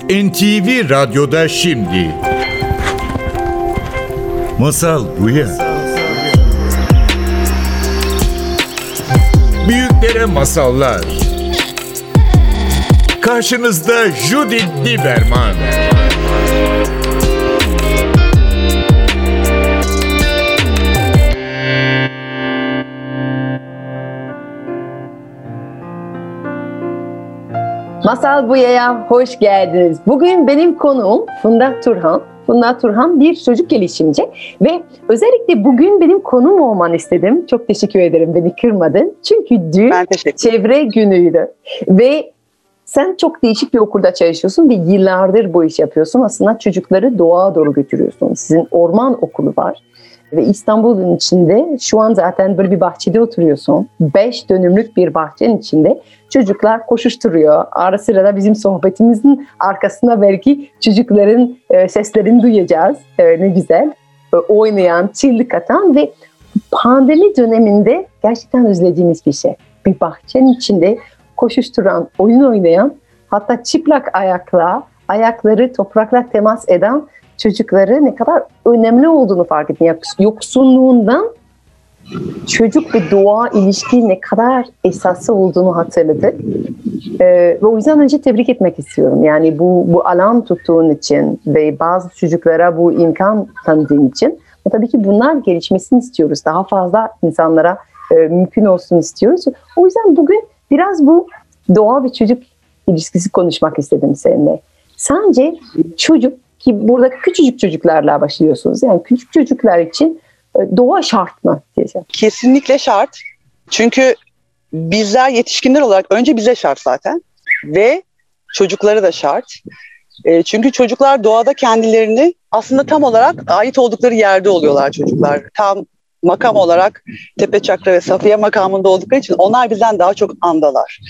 NTV Radyo'da şimdi. Masal Buya. Büyüklere masallar. Karşınızda Judith Lieberman. Masal Buya'ya hoş geldiniz. Bugün benim konuğum Funda Turhan. Funda Turhan bir çocuk gelişimci ve özellikle bugün benim konuğum olmanı istedim. Çok teşekkür ederim, beni kırmadın. Çünkü dün çevre günüydü ve sen çok değişik bir okulda çalışıyorsun ve yıllardır bu iş yapıyorsun. Aslında çocukları doğaya doğru götürüyorsun. Sizin orman okulu var. Ve İstanbul'un içinde şu an zaten böyle bir bahçede oturuyorsun. 5 dönümlük bir bahçenin içinde çocuklar koşuşturuyor. Ara sıra da bizim sohbetimizin arkasında belki çocukların seslerini duyacağız. Ne güzel. Oynayan, çığlık atan ve pandemi döneminde gerçekten özlediğimiz bir şey. Bir bahçenin içinde koşuşturan, oyun oynayan, hatta çıplak ayakla, ayakları toprakla temas eden çocukları ne kadar önemli olduğunu fark ettim. Yoksunluğundan çocuk ve doğa ilişki ne kadar esası olduğunu hatırladık. Ve o yüzden önce tebrik etmek istiyorum. Yani bu alan tuttuğun için ve bazı çocuklara bu imkan tanıdığın için. Tabii ki bunlar gelişmesini istiyoruz. Daha fazla insanlara mümkün olsun istiyoruz. O yüzden bugün biraz bu doğa ve çocuk ilişkisi konuşmak istedim seninle. Sence çocuk, ki burada küçücük çocuklarla başlıyorsunuz. Yani küçük çocuklar için doğa şart mı diyeceğim? Kesinlikle şart. Çünkü bizler yetişkinler olarak önce bize şart zaten ve çocuklara da şart. Çünkü çocuklar doğada kendilerini aslında tam olarak ait oldukları yerde oluyorlar çocuklar. Tam makam olarak Tepe Çakra ve Safiye makamında oldukları için onlar bizden daha çok andalar.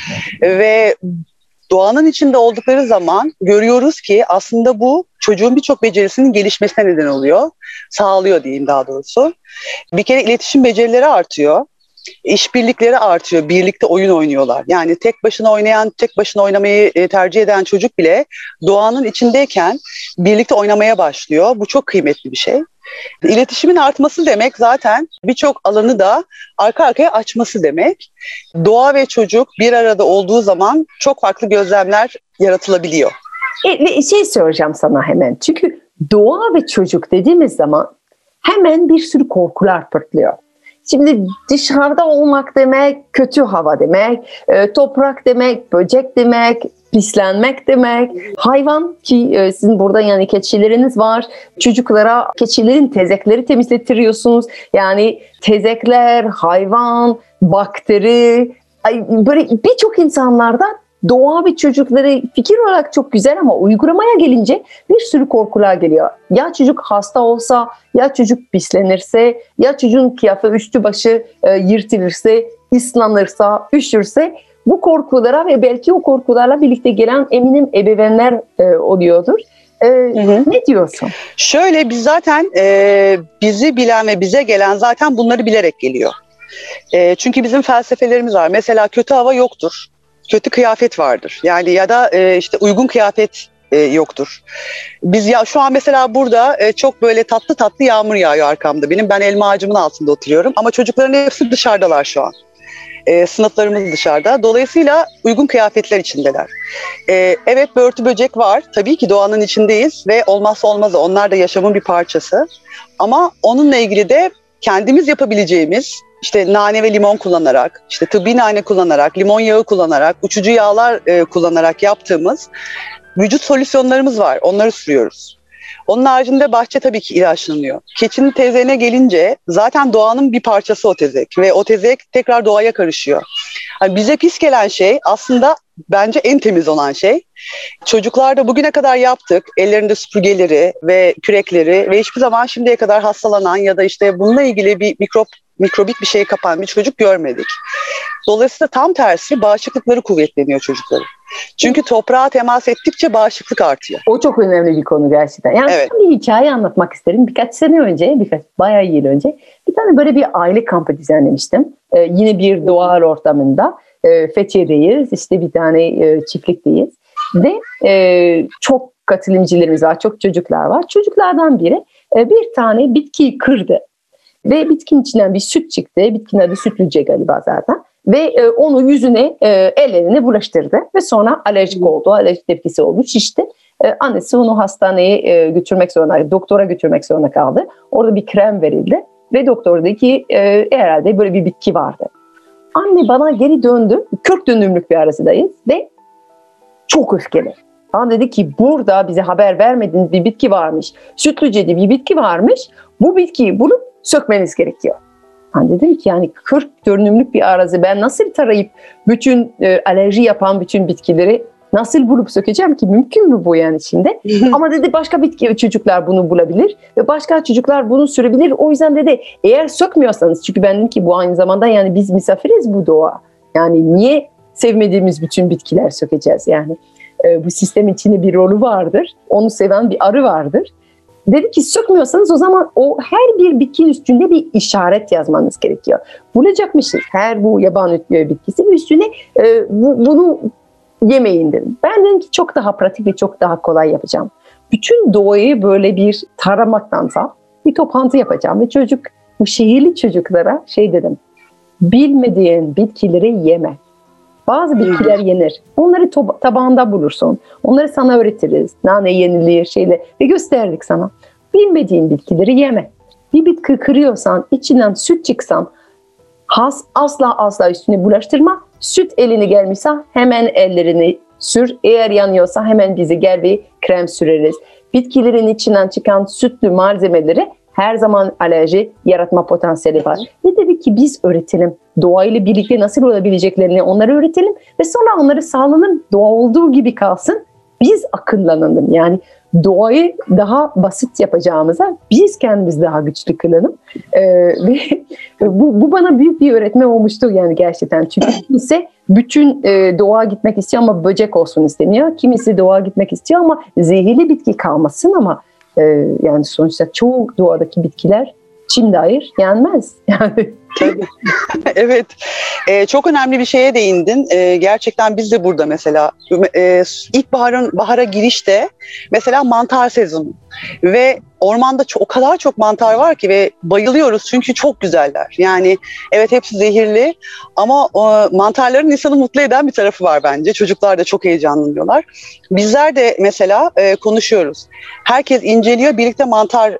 Ve doğanın içinde oldukları zaman görüyoruz ki aslında bu çocuğun birçok becerisinin gelişmesine neden oluyor. Sağlıyor diyeyim daha doğrusu. Bir kere iletişim becerileri artıyor. İşbirlikleri artıyor. Birlikte oyun oynuyorlar. Yani tek başına oynayan, tek başına oynamayı tercih eden çocuk bile doğanın içindeyken birlikte oynamaya başlıyor. Bu çok kıymetli bir şey. İletişimin artması demek zaten birçok alanı da arka arkaya açması demek. Doğa ve çocuk bir arada olduğu zaman çok farklı gözlemler yaratılabiliyor. Şey soracağım sana hemen. Çünkü doğa ve çocuk dediğimiz zaman hemen bir sürü korkular pırtlıyor. Şimdi dışarıda olmak demek, kötü hava demek, toprak demek, böcek demek, pislenmek demek. Hayvan ki sizin burada yani keçileriniz var. Çocuklara keçilerin tezekleri temizlettiriyorsunuz. Yani tezekler, hayvan, bakteri, böyle birçok insanlarda doğa ve çocukları fikir olarak çok güzel ama uygulamaya gelince bir sürü korkular geliyor. Ya çocuk hasta olsa, ya çocuk pislenirse, ya çocuğun kıyafeti üstü başı yırtılırsa, ıslanırsa, üşürse, bu korkulara ve belki o korkularla birlikte gelen eminim ebeveynler oluyordur. Ne diyorsun? Şöyle, biz zaten bizi bilen ve bize gelen zaten bunları bilerek geliyor. Çünkü bizim felsefelerimiz var. Mesela kötü hava yoktur. Kötü kıyafet vardır. Yani ya da işte uygun kıyafet yoktur. Biz ya şu an mesela burada çok böyle tatlı tatlı yağmur yağıyor arkamda benim. Ben elma ağacımın altında oturuyorum ama çocukların hepsi dışarıdalar şu an. Sınıflarımız dışarıda. Dolayısıyla uygun kıyafetler içindeler. Evet, börtü böcek var. Tabii ki doğanın içindeyiz ve olmazsa olmazı. Onlar da yaşamın bir parçası. Ama onunla ilgili de kendimiz yapabileceğimiz, İşte nane ve limon kullanarak, işte tıbbi nane kullanarak, limon yağı kullanarak, uçucu yağlar kullanarak yaptığımız vücut solüsyonlarımız var. Onları sürüyoruz. Onun haricinde bahçe tabii ki ilaçlanıyor. Keçinin tezeğine gelince zaten doğanın bir parçası o tezek ve o tezek tekrar doğaya karışıyor. Yani bize pis gelen şey aslında bence en temiz olan şey. Çocuklarda bugüne kadar yaptık. Ellerinde süpürgeleri ve kürekleri ve hiçbir zaman şimdiye kadar hastalanan ya da işte bununla ilgili bir mikrobik bir şey kapan bir çocuk görmedik. Dolayısıyla tam tersi bağışıklıkları kuvvetleniyor çocukların. Çünkü toprağa temas ettikçe bağışıklık artıyor. O çok önemli bir konu gerçekten. Yani evet. Bir hikaye anlatmak isterim. Birkaç sene önce, bayağı yıl önce bir tane böyle bir aile kampı düzenlemiştim. Yine bir doğal ortamında. Fethiye'deyiz, işte bir tane çiftlikteyiz. Ve çok katılımcılarımız var, çok çocuklar var. Çocuklardan biri bir tane bitkiyi kırdı. Ve bitkinin içinden bir süt çıktı. Bitkinin adı sütlüce galiba zaten. Ve onu yüzüne, ellerine bulaştırdı. Ve sonra alerjik oldu, alerjik tepkisi oldu, şişti. Annesi onu hastaneye götürmek zorunda, doktora götürmek zorunda kaldı. Orada bir krem verildi. Ve doktor dedi ki herhalde böyle bir bitki vardı. Anne bana geri döndü. 40 dönümlük bir arasındayız ve çok öfkeli. Bana dedi ki burada bize haber vermediğiniz bir bitki varmış. Sütlüce'de bir bitki varmış. Bu bitkiyi bulup sökmeniz gerekiyor. Ben dedim ki yani 40 dönümlük bir arazi ben nasıl tarayıp bütün alerji yapan bütün bitkileri nasıl bulup sökeceğim ki? Mümkün mü bu yani şimdi? Ama dedi başka bitki çocuklar bunu bulabilir ve başka çocuklar bunu sürebilir. O yüzden dedi eğer sökmüyorsanız, çünkü ben dedim ki bu aynı zamanda yani biz misafiriz bu doğa. Yani niye sevmediğimiz bütün bitkiler sökeceğiz yani? Bu sistemin içinde bir rolü vardır. Onu seven bir arı vardır. Dedi ki sökmüyorsanız o zaman o her bir bitkinin üstünde bir işaret yazmanız gerekiyor. Bulacakmışız her bu yaban bitkisi üstüne bunu yemeyin dedim. Ben dedim ki çok daha pratik ve çok daha kolay yapacağım. Bütün doğayı böyle bir taramaktansa bir toplantı yapacağım ve bu şehirli çocuklara dedim. Bilmediğin bitkileri yeme. Bazı bitkiler yenir. Onları tabağında bulursun. Onları sana öğretiriz. Nane yenilir ve gösterdik sana. Bilmediğin bitkileri yeme. Bir bitki kırıyorsan, içinden süt çıksan asla üstüne bulaştırma. Süt eline gelmişse hemen ellerini sür. Eğer yanıyorsa hemen bize gel ve krem süreriz. Bitkilerin içinden çıkan sütlü malzemeleri her zaman alerji yaratma potansiyeli var. Ve dedi ki biz öğretelim. Doğayla birlikte nasıl olabileceklerini onları öğretelim ve sonra onları sağlanın. Doğa olduğu gibi kalsın. Biz akıllanalım. Yani doğayı daha basit yapacağımıza biz kendimiz daha güçlü kılalım. Ve bu bana büyük bir öğretme olmuştu yani gerçekten. Çünkü kimisi bütün doğa gitmek istiyor ama böcek olsun istemiyor. Kimisi doğa gitmek istiyor ama zehirli bitki kalmasın ama yani sonuçta çoğu doğadaki bitkiler çim dair yenmez. Yani. Evet, çok önemli bir şeye değindin. Gerçekten biz de burada mesela bahara girişte mesela mantar sezonu ve ormanda o kadar çok mantar var ki ve bayılıyoruz çünkü çok güzeller. Yani evet hepsi zehirli ama mantarların insanı mutlu eden bir tarafı var bence. Çocuklar da çok heyecanlanıyorlar. Bizler de mesela konuşuyoruz. Herkes inceliyor, birlikte mantar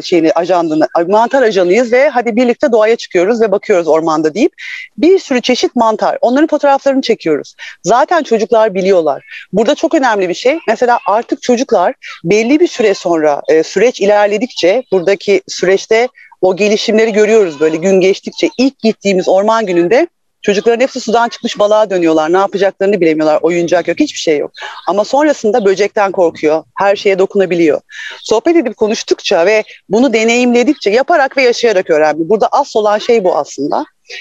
ajanıyız ve hadi birlikte doğaya çıkıyoruz ve bakıyoruz ormanda deyip bir sürü çeşit mantar. Onların fotoğraflarını çekiyoruz. Zaten çocuklar biliyorlar. Burada çok önemli bir şey. Mesela artık çocuklar belli bir süre sonra süreç ilerledikçe buradaki süreçte o gelişimleri görüyoruz böyle gün geçtikçe. İlk gittiğimiz orman gününde çocukların hepsi sudan çıkmış balığa dönüyorlar. Ne yapacaklarını bilemiyorlar. Oyuncak yok, hiçbir şey yok. Ama sonrasında böcekten korkuyor. Her şeye dokunabiliyor. Sohbet edip konuştukça ve bunu deneyimledikçe yaparak ve yaşayarak öğrenmiyor. Burada asıl olan şey bu aslında.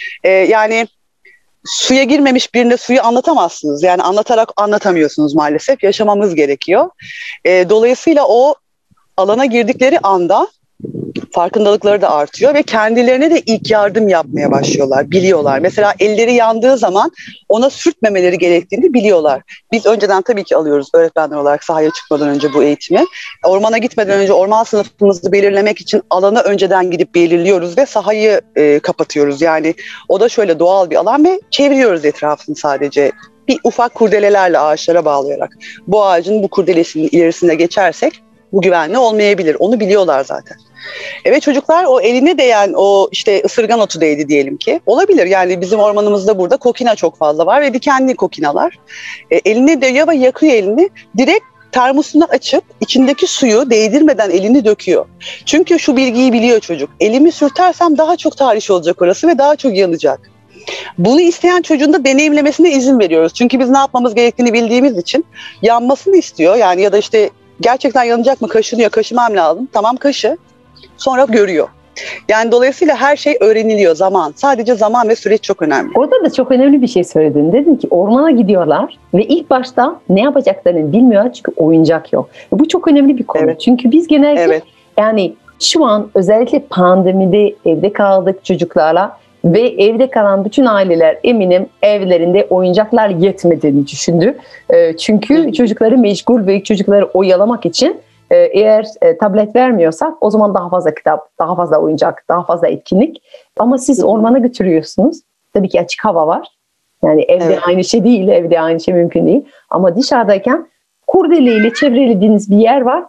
Yani suya girmemiş birine suyu anlatamazsınız. Yani anlatarak anlatamıyorsunuz maalesef. Yaşamamız gerekiyor. Dolayısıyla o alana girdikleri anda farkındalıkları da artıyor ve kendilerine de ilk yardım yapmaya başlıyorlar, biliyorlar. Mesela elleri yandığı zaman ona sürtmemeleri gerektiğini biliyorlar. Biz önceden tabii ki alıyoruz öğretmenler olarak sahaya çıkmadan önce bu eğitimi. Ormana gitmeden önce orman sınıfımızı belirlemek için alanı önceden gidip belirliyoruz ve sahayı kapatıyoruz. Yani o da şöyle doğal bir alan ve çeviriyoruz etrafını sadece. Bir ufak kurdelelerle ağaçlara bağlayarak. Bu ağacın bu kurdelesinin ilerisine geçersek bu güvenli olmayabilir. Onu biliyorlar zaten. Evet çocuklar o eline değen o ısırgan otu değdi diyelim ki. Olabilir yani bizim ormanımızda burada kokina çok fazla var ve dikenli kokinalar. Eline değiyor ve yakıyor elini. Direkt termosunu açıp içindeki suyu değdirmeden elini döküyor. Çünkü şu bilgiyi biliyor çocuk. Elimi sürtersem daha çok tahriş olacak orası ve daha çok yanacak. Bunu isteyen çocuğun da deneyimlemesine izin veriyoruz. Çünkü biz ne yapmamız gerektiğini bildiğimiz için yanmasını istiyor. Yani ya da gerçekten yanacak mı? Kaşınıyor, kaşımam lazım. Tamam kaşı. Sonra görüyor. Yani dolayısıyla her şey öğreniliyor zaman. Sadece zaman ve süreç çok önemli. Orada da çok önemli bir şey söyledin. Dedin ki ormana gidiyorlar ve ilk başta ne yapacaklarını bilmiyorlar çünkü oyuncak yok. Bu çok önemli bir konu. Evet. Çünkü biz genelde yani şu an özellikle pandemide evde kaldık çocuklarla Ve evde kalan bütün aileler eminim evlerinde oyuncaklar yetmediğini düşündü. Çünkü çocukları meşgul ve çocukları oyalamak için eğer tablet vermiyorsak o zaman daha fazla kitap, daha fazla oyuncak, daha fazla etkinlik. Ama siz ormana götürüyorsunuz. Tabii ki açık hava var. Yani evde aynı şey değil, evde aynı şey mümkün değil. Ama dışarıdayken kurdeleyle çevrelediğiniz bir yer var.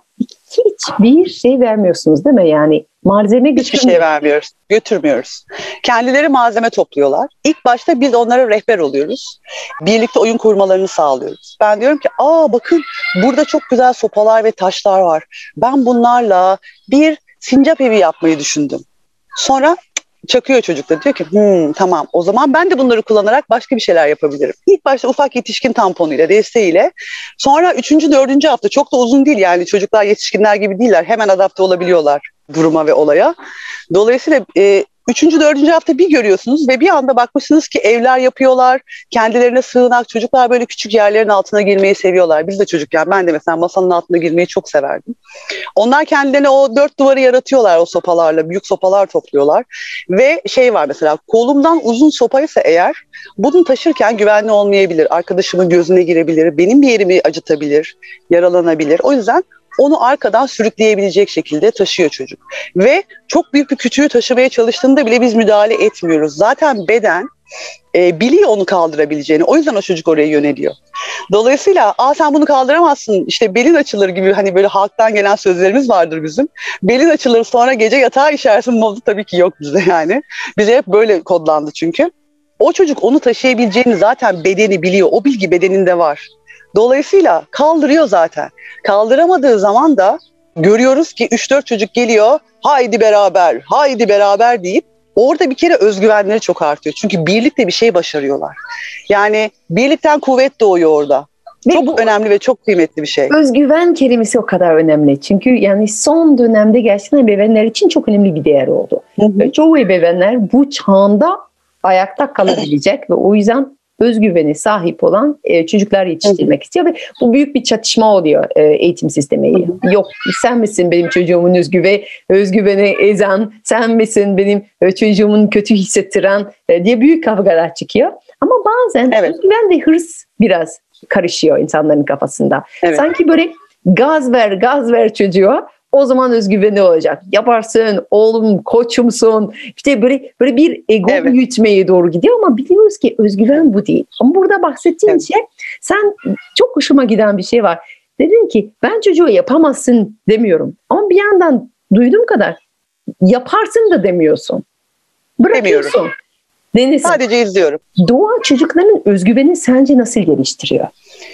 Hiçbir şey vermiyorsunuz değil mi? Yani malzeme Hiçbir şey vermiyoruz, götürmüyoruz. Kendileri malzeme topluyorlar. İlk başta biz onlara rehber oluyoruz. Birlikte oyun kurmalarını sağlıyoruz. Ben diyorum ki, bakın burada çok güzel sopalar ve taşlar var. Ben bunlarla bir sincap evi yapmayı düşündüm. Sonra çakıyor çocuk da, diyor ki tamam, o zaman ben de bunları kullanarak başka bir şeyler yapabilirim. İlk başta ufak yetişkin tamponuyla, desteğiyle, sonra 3. 4. hafta, çok da uzun değil yani, çocuklar yetişkinler gibi değiller, hemen adapte olabiliyorlar duruma ve olaya. Dolayısıyla 3. 4. hafta bir görüyorsunuz ve bir anda bakmışsınız ki evler yapıyorlar, kendilerine sığınak, çocuklar böyle küçük yerlerin altına girmeyi seviyorlar. Biz de çocukken, ben de mesela masanın altına girmeyi çok severdim. Onlar kendilerine o 4 duvarı yaratıyorlar o sopalarla, büyük sopalar topluyorlar. Ve şey var mesela, kolumdan uzun sopaysa eğer, bunu taşırken güvenli olmayabilir, arkadaşımın gözüne girebilir, benim bir yerimi acıtabilir, yaralanabilir. O yüzden onu arkadan sürükleyebilecek şekilde taşıyor çocuk. Ve çok büyük bir küçüğü taşımaya çalıştığında bile biz müdahale etmiyoruz. Zaten beden biliyor onu kaldırabileceğini. O yüzden o çocuk oraya yöneliyor. Dolayısıyla sen bunu kaldıramazsın, İşte belin açılır gibi, hani böyle halktan gelen sözlerimiz vardır bizim. Belin açılır, sonra gece yatağa işersin modu tabii ki yok bizde yani. Bize hep böyle kodlandı çünkü. O çocuk onu taşıyabileceğini zaten bedeni biliyor. O bilgi bedeninde var. Dolayısıyla kaldırıyor zaten. Kaldıramadığı zaman da görüyoruz ki 3-4 çocuk geliyor, haydi beraber, haydi beraber deyip orada bir kere özgüvenleri çok artıyor. Çünkü birlikte bir şey başarıyorlar. Yani birlikten kuvvet doğuyor orada. Ve çok önemli ve çok kıymetli bir şey. Özgüven kelimesi o kadar önemli. Çünkü yani son dönemde gerçekten ebeveynler için çok önemli bir değer oldu. Çoğu ebeveynler bu çağında ayakta kalabilecek ve o yüzden özgüveni sahip olan çocuklar yetiştirmek istiyor ve bu büyük bir çatışma oluyor eğitim sistemiyle. Yok, sen misin benim çocuğumun özgüveni ezen, sen misin benim çocuğumun kötü hissettiren diye büyük kavgalar çıkıyor. Ama bazen özgüven ve hırs biraz karışıyor insanların kafasında. Sanki böyle gaz ver çocuğa. O zaman özgüveni olacak. Yaparsın, oğlum, koçumsun. İşte böyle bir ego büyütmeye doğru gidiyor ama biliyoruz ki özgüven bu değil. Ama burada bahsettiğin şey, sen çok hoşuma giden bir şey var. Dedin ki ben çocuğa yapamazsın demiyorum. Ama bir yandan duyduğum kadar yaparsın da demiyorsun. Bırakıyorsun. Deniyorsun. Sadece izliyorum. Doğa çocukların özgüveni sence nasıl geliştiriyor?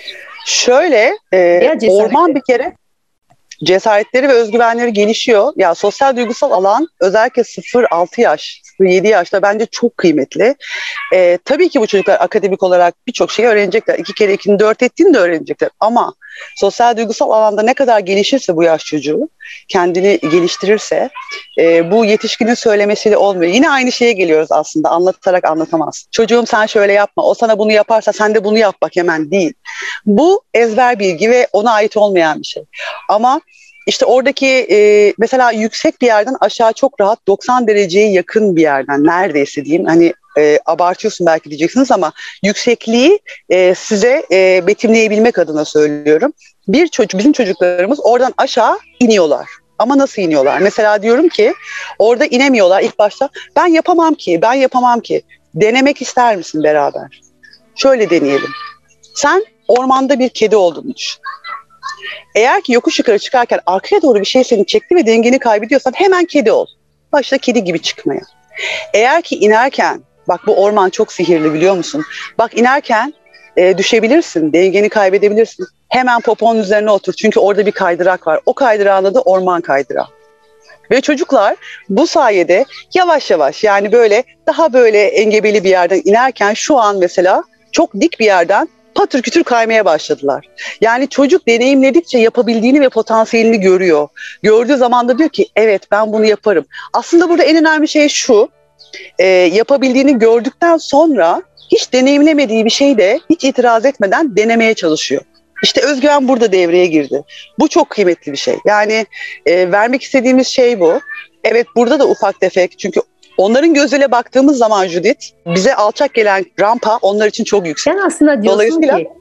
Şöyle, orman bir kere cesaretleri ve özgüvenleri gelişiyor. Ya sosyal duygusal alan özellikle 0-6 yaş, 0-7 yaşta bence çok kıymetli. Tabii ki bu çocuklar akademik olarak birçok şeyi öğrenecekler. 2 kere 2'nin 4 ettiğini de öğrenecekler. Ama sosyal duygusal alanda ne kadar gelişirse bu yaş çocuğu, kendini geliştirirse bu yetişkinin söylemesiyle olmuyor. Yine aynı şeye geliyoruz aslında, anlatarak anlatamaz. Çocuğum sen şöyle yapma, o sana bunu yaparsa sen de bunu yap bak hemen, değil. Bu ezber bilgi ve ona ait olmayan bir şey. Ama işte oradaki mesela yüksek bir yerden aşağı çok rahat 90 dereceye yakın bir yerden, neredeyse diyeyim, hani abartıyorsun belki diyeceksiniz ama yüksekliği size betimleyebilmek adına söylüyorum. Bizim çocuklarımız oradan aşağı iniyorlar. Ama nasıl iniyorlar? Mesela diyorum ki orada inemiyorlar ilk başta. Ben yapamam ki. Denemek ister misin beraber? Şöyle deneyelim. Sen ormanda bir kedi olduğunu düşün. Eğer ki yokuş yukarı çıkarken arkaya doğru bir şey seni çekti ve dengeni kaybediyorsan hemen kedi ol. Başla kedi gibi çıkmaya. Eğer ki inerken, bak bu orman çok sihirli biliyor musun? Bak inerken düşebilirsin, dengeni kaybedebilirsin. Hemen poponun üzerine otur çünkü orada bir kaydırak var. O kaydırağın adı orman kaydırağı. Ve çocuklar bu sayede yavaş yavaş, yani böyle daha böyle engebeli bir yerden inerken şu an mesela çok dik bir yerden patır kütür kaymaya başladılar. Yani çocuk deneyimledikçe yapabildiğini ve potansiyelini görüyor. Gördüğü zaman da diyor ki evet ben bunu yaparım. Aslında burada en önemli şey şu, yapabildiğini gördükten sonra hiç deneyimlemediği bir şeyi de hiç itiraz etmeden denemeye çalışıyor. İşte özgüven burada devreye girdi. Bu çok kıymetli bir şey. Yani vermek istediğimiz şey bu. Evet burada da ufak tefek, çünkü Onların gözüyle baktığımız zaman Judith, bize alçak gelen rampa onlar için çok yüksek. Sen aslında diyorsun Dolayısıyla ki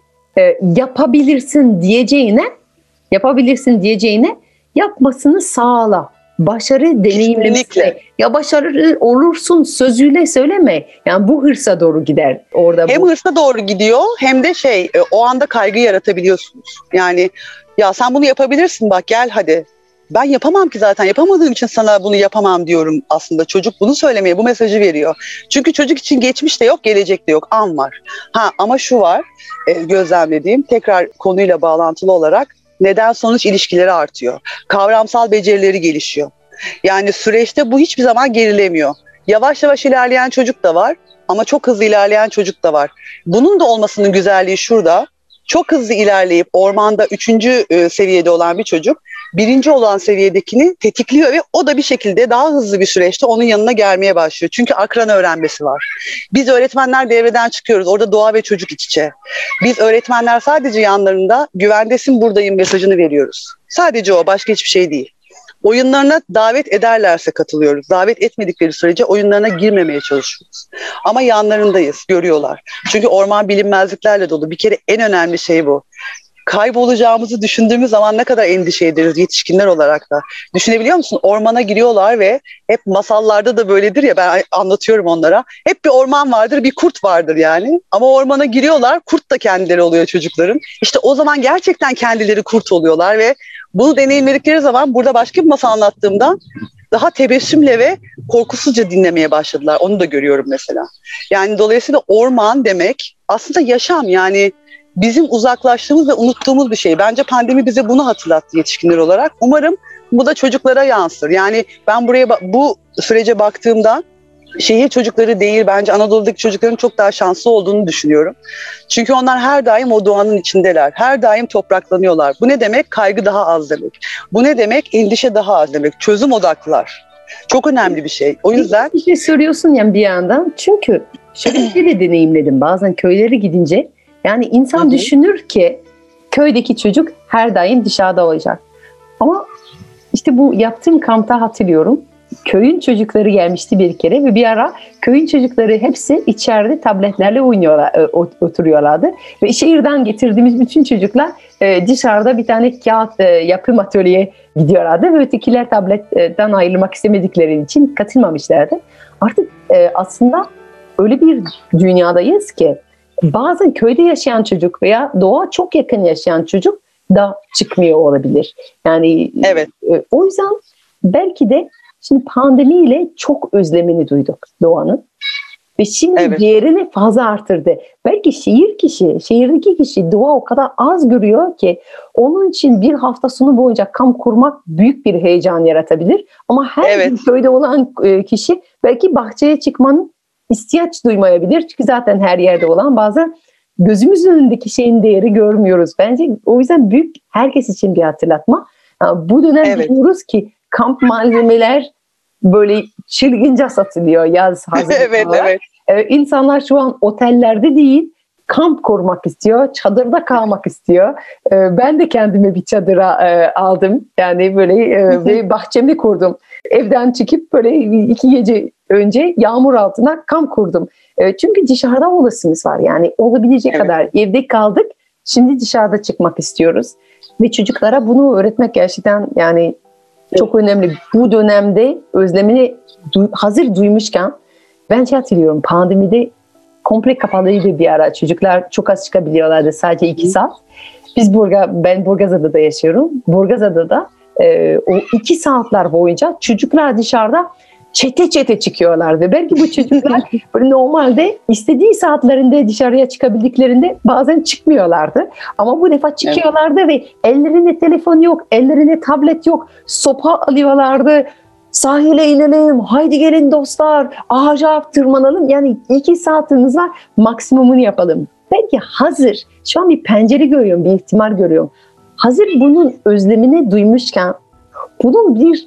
yapabilirsin diyeceğine yapmasını sağla. Başarı deneyimlemesi. Kesinlikle. Ya başarılı olursun sözüyle söyleme. Yani bu hırsa doğru gider orada. Hem hırsa doğru gidiyor hem de o anda kaygı yaratabiliyorsunuz. Yani ya sen bunu yapabilirsin, bak gel hadi. Ben yapamam ki, zaten yapamadığım için sana bunu yapamam diyorum aslında. Çocuk bunu söylemeye, bu mesajı veriyor. Çünkü çocuk için geçmiş de yok, gelecek de yok, an var. Ama şu var, gözlemlediğim, tekrar konuyla bağlantılı olarak neden sonuç ilişkileri artıyor. Kavramsal becerileri gelişiyor. Yani süreçte bu hiçbir zaman gerilemiyor. Yavaş yavaş ilerleyen çocuk da var ama çok hızlı ilerleyen çocuk da var. Bunun da olmasının güzelliği şurada. Çok hızlı ilerleyip ormanda 3. seviyede olan bir çocuk 1. olan seviyedekini tetikliyor ve o da bir şekilde daha hızlı bir süreçte onun yanına gelmeye başlıyor. Çünkü akran öğrenmesi var. Biz öğretmenler devreden çıkıyoruz. Orada doğa ve çocuk iç içe. Biz öğretmenler sadece yanlarında güvendesin, buradayım mesajını veriyoruz. Sadece o, başka hiçbir şey değil. Oyunlarına davet ederlerse katılıyoruz. Davet etmedikleri sürece oyunlarına girmemeye çalışıyoruz. Ama yanlarındayız, görüyorlar. Çünkü orman bilinmezliklerle dolu. Bir kere en önemli şey bu. Kaybolacağımızı düşündüğümüz zaman ne kadar endişe ederiz yetişkinler olarak da. Düşünebiliyor musun? Ormana giriyorlar ve hep masallarda da böyledir ya, ben anlatıyorum onlara. Hep bir orman vardır, bir kurt vardır yani. Ama ormana giriyorlar, kurt da kendileri oluyor çocukların. İşte o zaman gerçekten kendileri kurt oluyorlar ve bunu deneyimledikleri zaman burada başka bir masal anlattığımda daha tebessümle ve korkusuzca dinlemeye başladılar. Onu da görüyorum mesela. Yani dolayısıyla orman demek aslında yaşam, yani bizim uzaklaştığımız ve unuttuğumuz bir şey. Bence pandemi bize bunu hatırlattı yetişkinler olarak. Umarım bu da çocuklara yansır. Yani ben bu sürece baktığımda şehir çocukları değil, bence Anadolu'daki çocukların çok daha şanslı olduğunu düşünüyorum. Çünkü onlar her daim o doğanın içindeler. Her daim topraklanıyorlar. Bu ne demek? Kaygı daha az demek. Bu ne demek? Endişe daha az demek. Çözüm odaklılar. Çok önemli bir şey. O yüzden... Bir şey söylüyorsun yani bir yandan. Çünkü şöyle bir şey de deneyimledim. Bazen köylere gidince yani insan düşünür ki köydeki çocuk her daim dışarıda olacak. Ama işte bu yaptığım kampta hatırlıyorum. Köyün çocukları gelmişti bir kere ve bir ara köyün çocukları hepsi içeride tabletlerle oturuyorlardı. Ve şehirden getirdiğimiz bütün çocuklar dışarıda bir tane kağıt yapım atölyeye gidiyorlardı. Ve ötekiler tabletten ayrılmak istemedikleri için katılmamışlardı. Artık aslında öyle bir dünyadayız ki bazen köyde yaşayan çocuk veya doğa çok yakın yaşayan çocuk da çıkmıyor olabilir. Yani evet. O yüzden belki de şimdi pandemiyle çok özlemini duyduk doğanın. Ve şimdi değerini fazla arttırdı. Belki şehirdeki kişi doğa o kadar az görüyor ki onun için bir hafta sonu boyunca kamp kurmak büyük bir heyecan yaratabilir. Ama her gün köyde olan kişi belki bahçeye çıkmanın ihtiyaç duymayabilir. Çünkü zaten her yerde olan bazen gözümüzün önündeki şeyin değeri görmüyoruz. Bence o yüzden büyük herkes için bir hatırlatma. Bu dönem biliyoruz ki kamp malzemeler böyle çılgınca satılıyor yaz hazırlıklar. İnsanlar şu an otellerde değil, kamp kurmak istiyor, çadırda kalmak istiyor. Ben de kendime bir çadıra aldım. Yani böyle ve bahçemi kurdum. Evden çıkıp böyle 2 gece önce yağmur altına kamp kurdum. Çünkü dışarıda olasımız var. Yani olabilecek kadar evde kaldık. Şimdi dışarıda çıkmak istiyoruz. Ve çocuklara bunu öğretmek gerçekten yani çok önemli. Bu dönemde özlemini hazır duymuşken ben hatırlıyorum pandemide komple kapalıydı bir ara. Çocuklar çok az çıkabiliyorlardı, sadece 2 saat. Ben Burgazada'da yaşıyorum. Burgazada'da o 2 saatler boyunca çocuklar dışarıda çete çıkıyorlardı. Belki bu çocuklar böyle normalde istediği saatlerinde dışarıya çıkabildiklerinde bazen çıkmıyorlardı. Ama bu defa çıkıyorlardı ve ellerinde telefon yok, ellerinde tablet yok. Sopa alıyorlardı. Sahile inelim, haydi gelin dostlar, ağaca tırmanalım. Yani 2 saatimiz var, maksimumunu yapalım. Belki hazır, şu an bir pencere görüyorum, bir ihtimal görüyorum. Hazır bunun özlemini duymuşken, bunun bir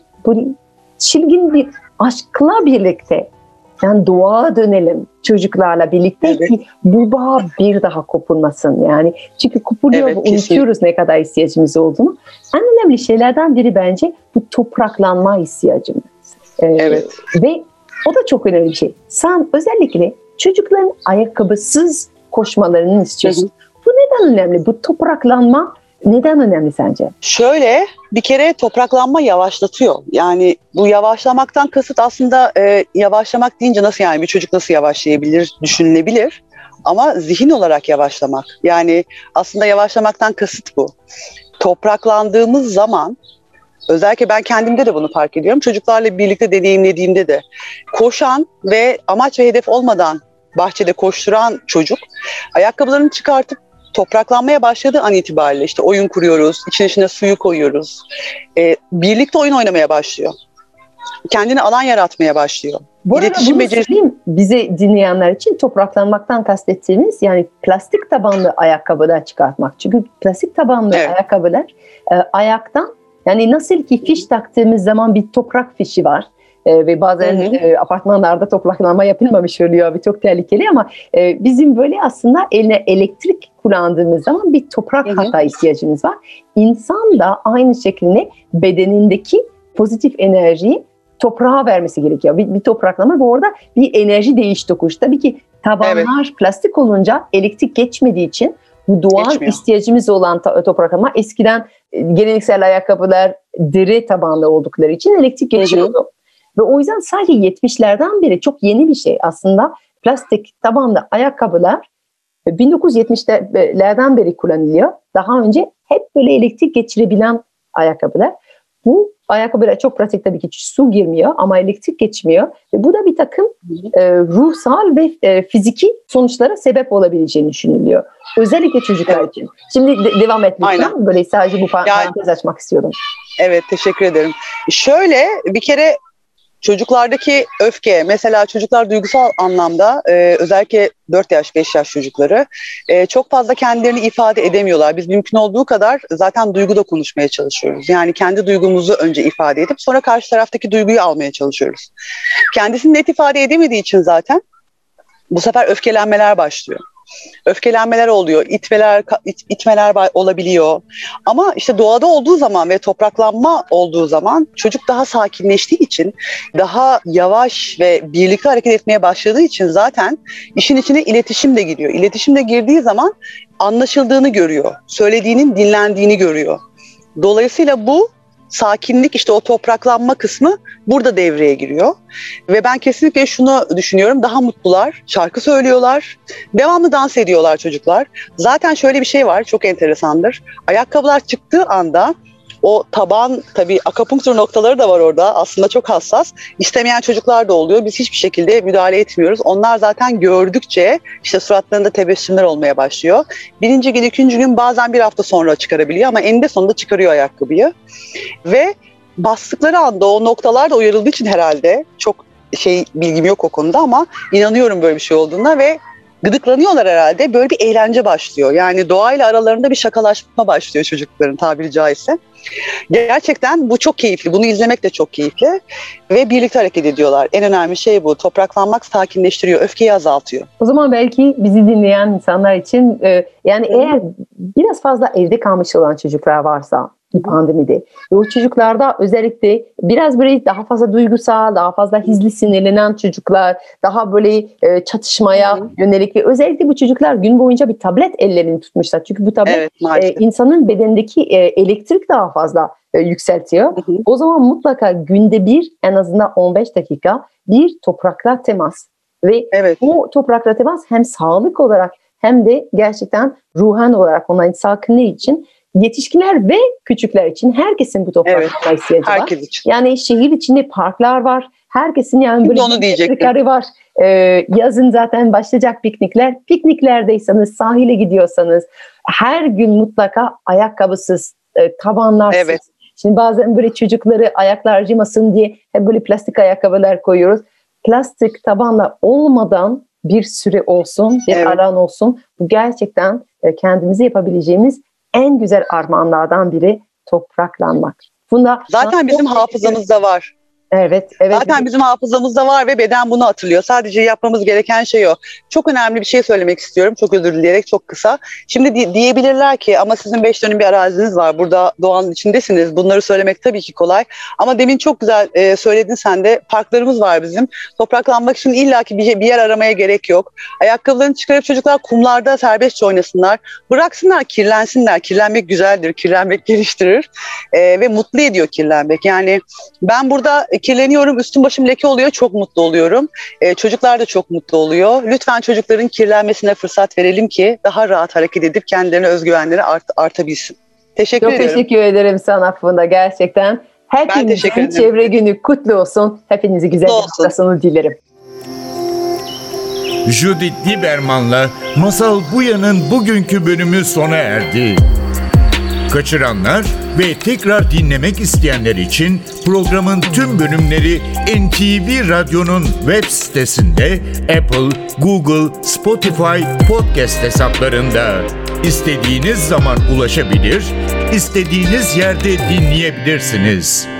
çılgın bir aşkla birlikte, yani doğaya dönelim çocuklarla birlikte ki bu bağ bir daha kopulmasın. Yani çünkü kopuluyor ve unutuyoruz ne kadar ihtiyacımız olduğunu. En önemli şeylerden biri bence bu topraklanma ihtiyacımız. Ve O da çok önemli bir şey. Sen özellikle çocukların ayakkabısız koşmalarını istiyorsun. Bu neden önemli? Bu topraklanma neden önemli sence? Şöyle, bir kere topraklanma yavaşlatıyor. Yani bu yavaşlamaktan kasıt aslında yavaşlamak deyince nasıl, yani bir çocuk nasıl yavaşlayabilir düşünülebilir. Ama zihin olarak yavaşlamak. Yani aslında yavaşlamaktan kasıt bu. Topraklandığımız zaman, özellikle ben kendimde de bunu fark ediyorum. Çocuklarla birlikte deneyimlediğimde de koşan ve amaç ve hedef olmadan bahçede koşturan çocuk ayakkabılarını çıkartıp topraklanmaya başladığı an itibariyle işte oyun kuruyoruz, içine suyu koyuyoruz. Birlikte oyun oynamaya başlıyor. Kendine alan yaratmaya başlıyor. Bu arada İletişim bunu becerisi. söyleyeyim bize dinleyenler için, topraklanmaktan kastettiğimiz yani plastik tabanlı ayakkabılar çıkartmak. Çünkü plastik tabanlı Evet. ayakkabılar ayaktan, yani nasıl ki fiş taktığımız zaman bir toprak fişi var. Ve bazen apartmanlarda topraklanma yapılmamış oluyor. Bu çok tehlikeli ama bizim böyle aslında eline elektrik kullandığımız zaman bir toprak hata ihtiyacımız var. İnsan da aynı şekilde bedenindeki pozitif enerjiyi toprağa vermesi gerekiyor. Bir topraklama ve orada bir enerji değiş tokuş. Tabii ki tabanlar plastik olunca elektrik geçmediği için bu doğal ihtiyacımız olan topraklama, eskiden geleneksel ayakkabılar deri tabanlı oldukları için elektrik geçiyordu. Ve o yüzden sadece 70'lerden beri çok yeni bir şey aslında plastik tabanlı ayakkabılar 1970'lerden beri kullanılıyor. Daha önce hep böyle elektrik geçirebilen ayakkabılar. Bu ayakkabılar çok pratik, tabii ki su girmiyor ama elektrik geçmiyor. Ve bu da bir takım ruhsal ve fiziki sonuçlara sebep olabileceğini düşünülüyor. Özellikle çocuklar için. Şimdi devam et lütfen. Böyle sadece bu parantez açmak istiyorum. Evet, teşekkür ederim. Şöyle, bir kere çocuklardaki öfke, mesela çocuklar duygusal anlamda özellikle 4 yaş 5 yaş çocukları çok fazla kendilerini ifade edemiyorlar. Biz mümkün olduğu kadar zaten duyguda konuşmaya çalışıyoruz. Yani kendi duygumuzu önce ifade edip sonra karşı taraftaki duyguyu almaya çalışıyoruz. Kendisini net ifade edemediği için zaten bu sefer öfkelenmeler başlıyor. Öfkelenmeler oluyor, itmeler olabiliyor. Ama işte doğada olduğu zaman ve topraklanma olduğu zaman çocuk daha sakinleştiği için, daha yavaş ve birlikte hareket etmeye başladığı için zaten işin içine iletişim de giriyor. İletişim de girdiği zaman anlaşıldığını görüyor, söylediğinin dinlendiğini görüyor. Dolayısıyla bu sakinlik, işte o topraklanma kısmı burada devreye giriyor. Ve ben kesinlikle şunu düşünüyorum, daha mutlular, şarkı söylüyorlar, devamlı dans ediyorlar çocuklar. Zaten şöyle bir şey var, çok enteresandır. Ayakkabılar çıktığı anda o taban, tabii akupunktur noktaları da var orada, aslında çok hassas. İstemeyen çocuklar da oluyor. Biz hiçbir şekilde müdahale etmiyoruz. Onlar zaten gördükçe işte suratlarında tebessümler olmaya başlıyor. Birinci gün, ikinci gün, bazen bir hafta sonra çıkarabiliyor ama eninde sonunda çıkarıyor ayakkabıyı. Ve bastıkları anda o noktalar da uyarıldığı için herhalde, çok bilgim yok o konuda ama inanıyorum böyle bir şey olduğuna ve gıdıklanıyorlar herhalde. Böyle bir eğlence başlıyor. Yani doğayla aralarında bir şakalaşma başlıyor çocukların, tabiri caizse. Gerçekten bu çok keyifli. Bunu izlemek de çok keyifli. Ve birlikte hareket ediyorlar. En önemli şey bu. Topraklanmak sakinleştiriyor, öfkeyi azaltıyor. O zaman belki bizi dinleyen insanlar için yani eğer biraz fazla evde kalmış olan çocuklar varsa pandemide ve o çocuklarda özellikle biraz böyle daha fazla duygusal, daha fazla hızlı sinirlenen çocuklar, daha böyle çatışmaya yönelik ve özellikle bu çocuklar gün boyunca bir tablet ellerini tutmuşlar. Çünkü bu tablet insanın bedendeki elektrik daha fazla yükseltiyor. O zaman mutlaka günde bir, en azından 15 dakika bir toprakla temas. Ve bu toprakla temas hem sağlık olarak hem de gerçekten ruhen olarak onların sakinliği için, yetişkinler ve küçükler için herkesin bu toprakla ihtiyacı var. Için. Yani şehir içinde parklar var. Herkesin yani böyle piknikleri var. Yazın zaten başlayacak piknikler. Pikniklerdeysanız, sahile gidiyorsanız her gün mutlaka ayakkabısız, tabanlarsız. Şimdi bazen böyle çocukları ayaklar acımasın diye hep böyle plastik ayakkabılar koyuyoruz. Plastik tabanla olmadan bir süre olsun, bir alan olsun. Bu gerçekten kendimize yapabileceğimiz en güzel armağanlardan biri topraklanmak. Zaten bizim hafızamızda var. Evet. Zaten bizim hafızamızda var ve beden bunu hatırlıyor. Sadece yapmamız gereken şey o. Çok önemli bir şey söylemek istiyorum. Çok özür dileyerek, çok kısa. Şimdi diyebilirler ki ama sizin 5 dönüm bir araziniz var. Burada doğanın içindesiniz. Bunları söylemek tabii ki kolay. Ama demin çok güzel söyledin sen de. Parklarımız var bizim. Topraklanmak için illaki bir yer aramaya gerek yok. Ayakkabılarını çıkarıp çocuklar kumlarda serbestçe oynasınlar. Bıraksınlar kirlensinler. Kirlenmek güzeldir. Kirlenmek geliştirir. Ve mutlu ediyor kirlenmek. Yani ben burada kirleniyorum, üstüm başım leke oluyor, çok mutlu oluyorum. Çocuklar da çok mutlu oluyor. Lütfen çocukların kirlenmesine fırsat verelim ki daha rahat hareket edip kendilerine özgüvenleri artabilsin. Teşekkür ederim. Çok teşekkür ederim sana Funda, gerçekten. teşekkür Hepinizin ederim. çevre günü kutlu olsun. Hepinize güzel bir Olsun. hafta sonu dilerim. Judith Lieberman'la Masal Buya'nın bugünkü bölümü sona erdi. Kaçıranlar ve tekrar dinlemek isteyenler için programın tüm bölümleri NTV Radyo'nun web sitesinde, Apple, Google, Spotify podcast hesaplarında. İstediğiniz zaman ulaşabilir, istediğiniz yerde dinleyebilirsiniz.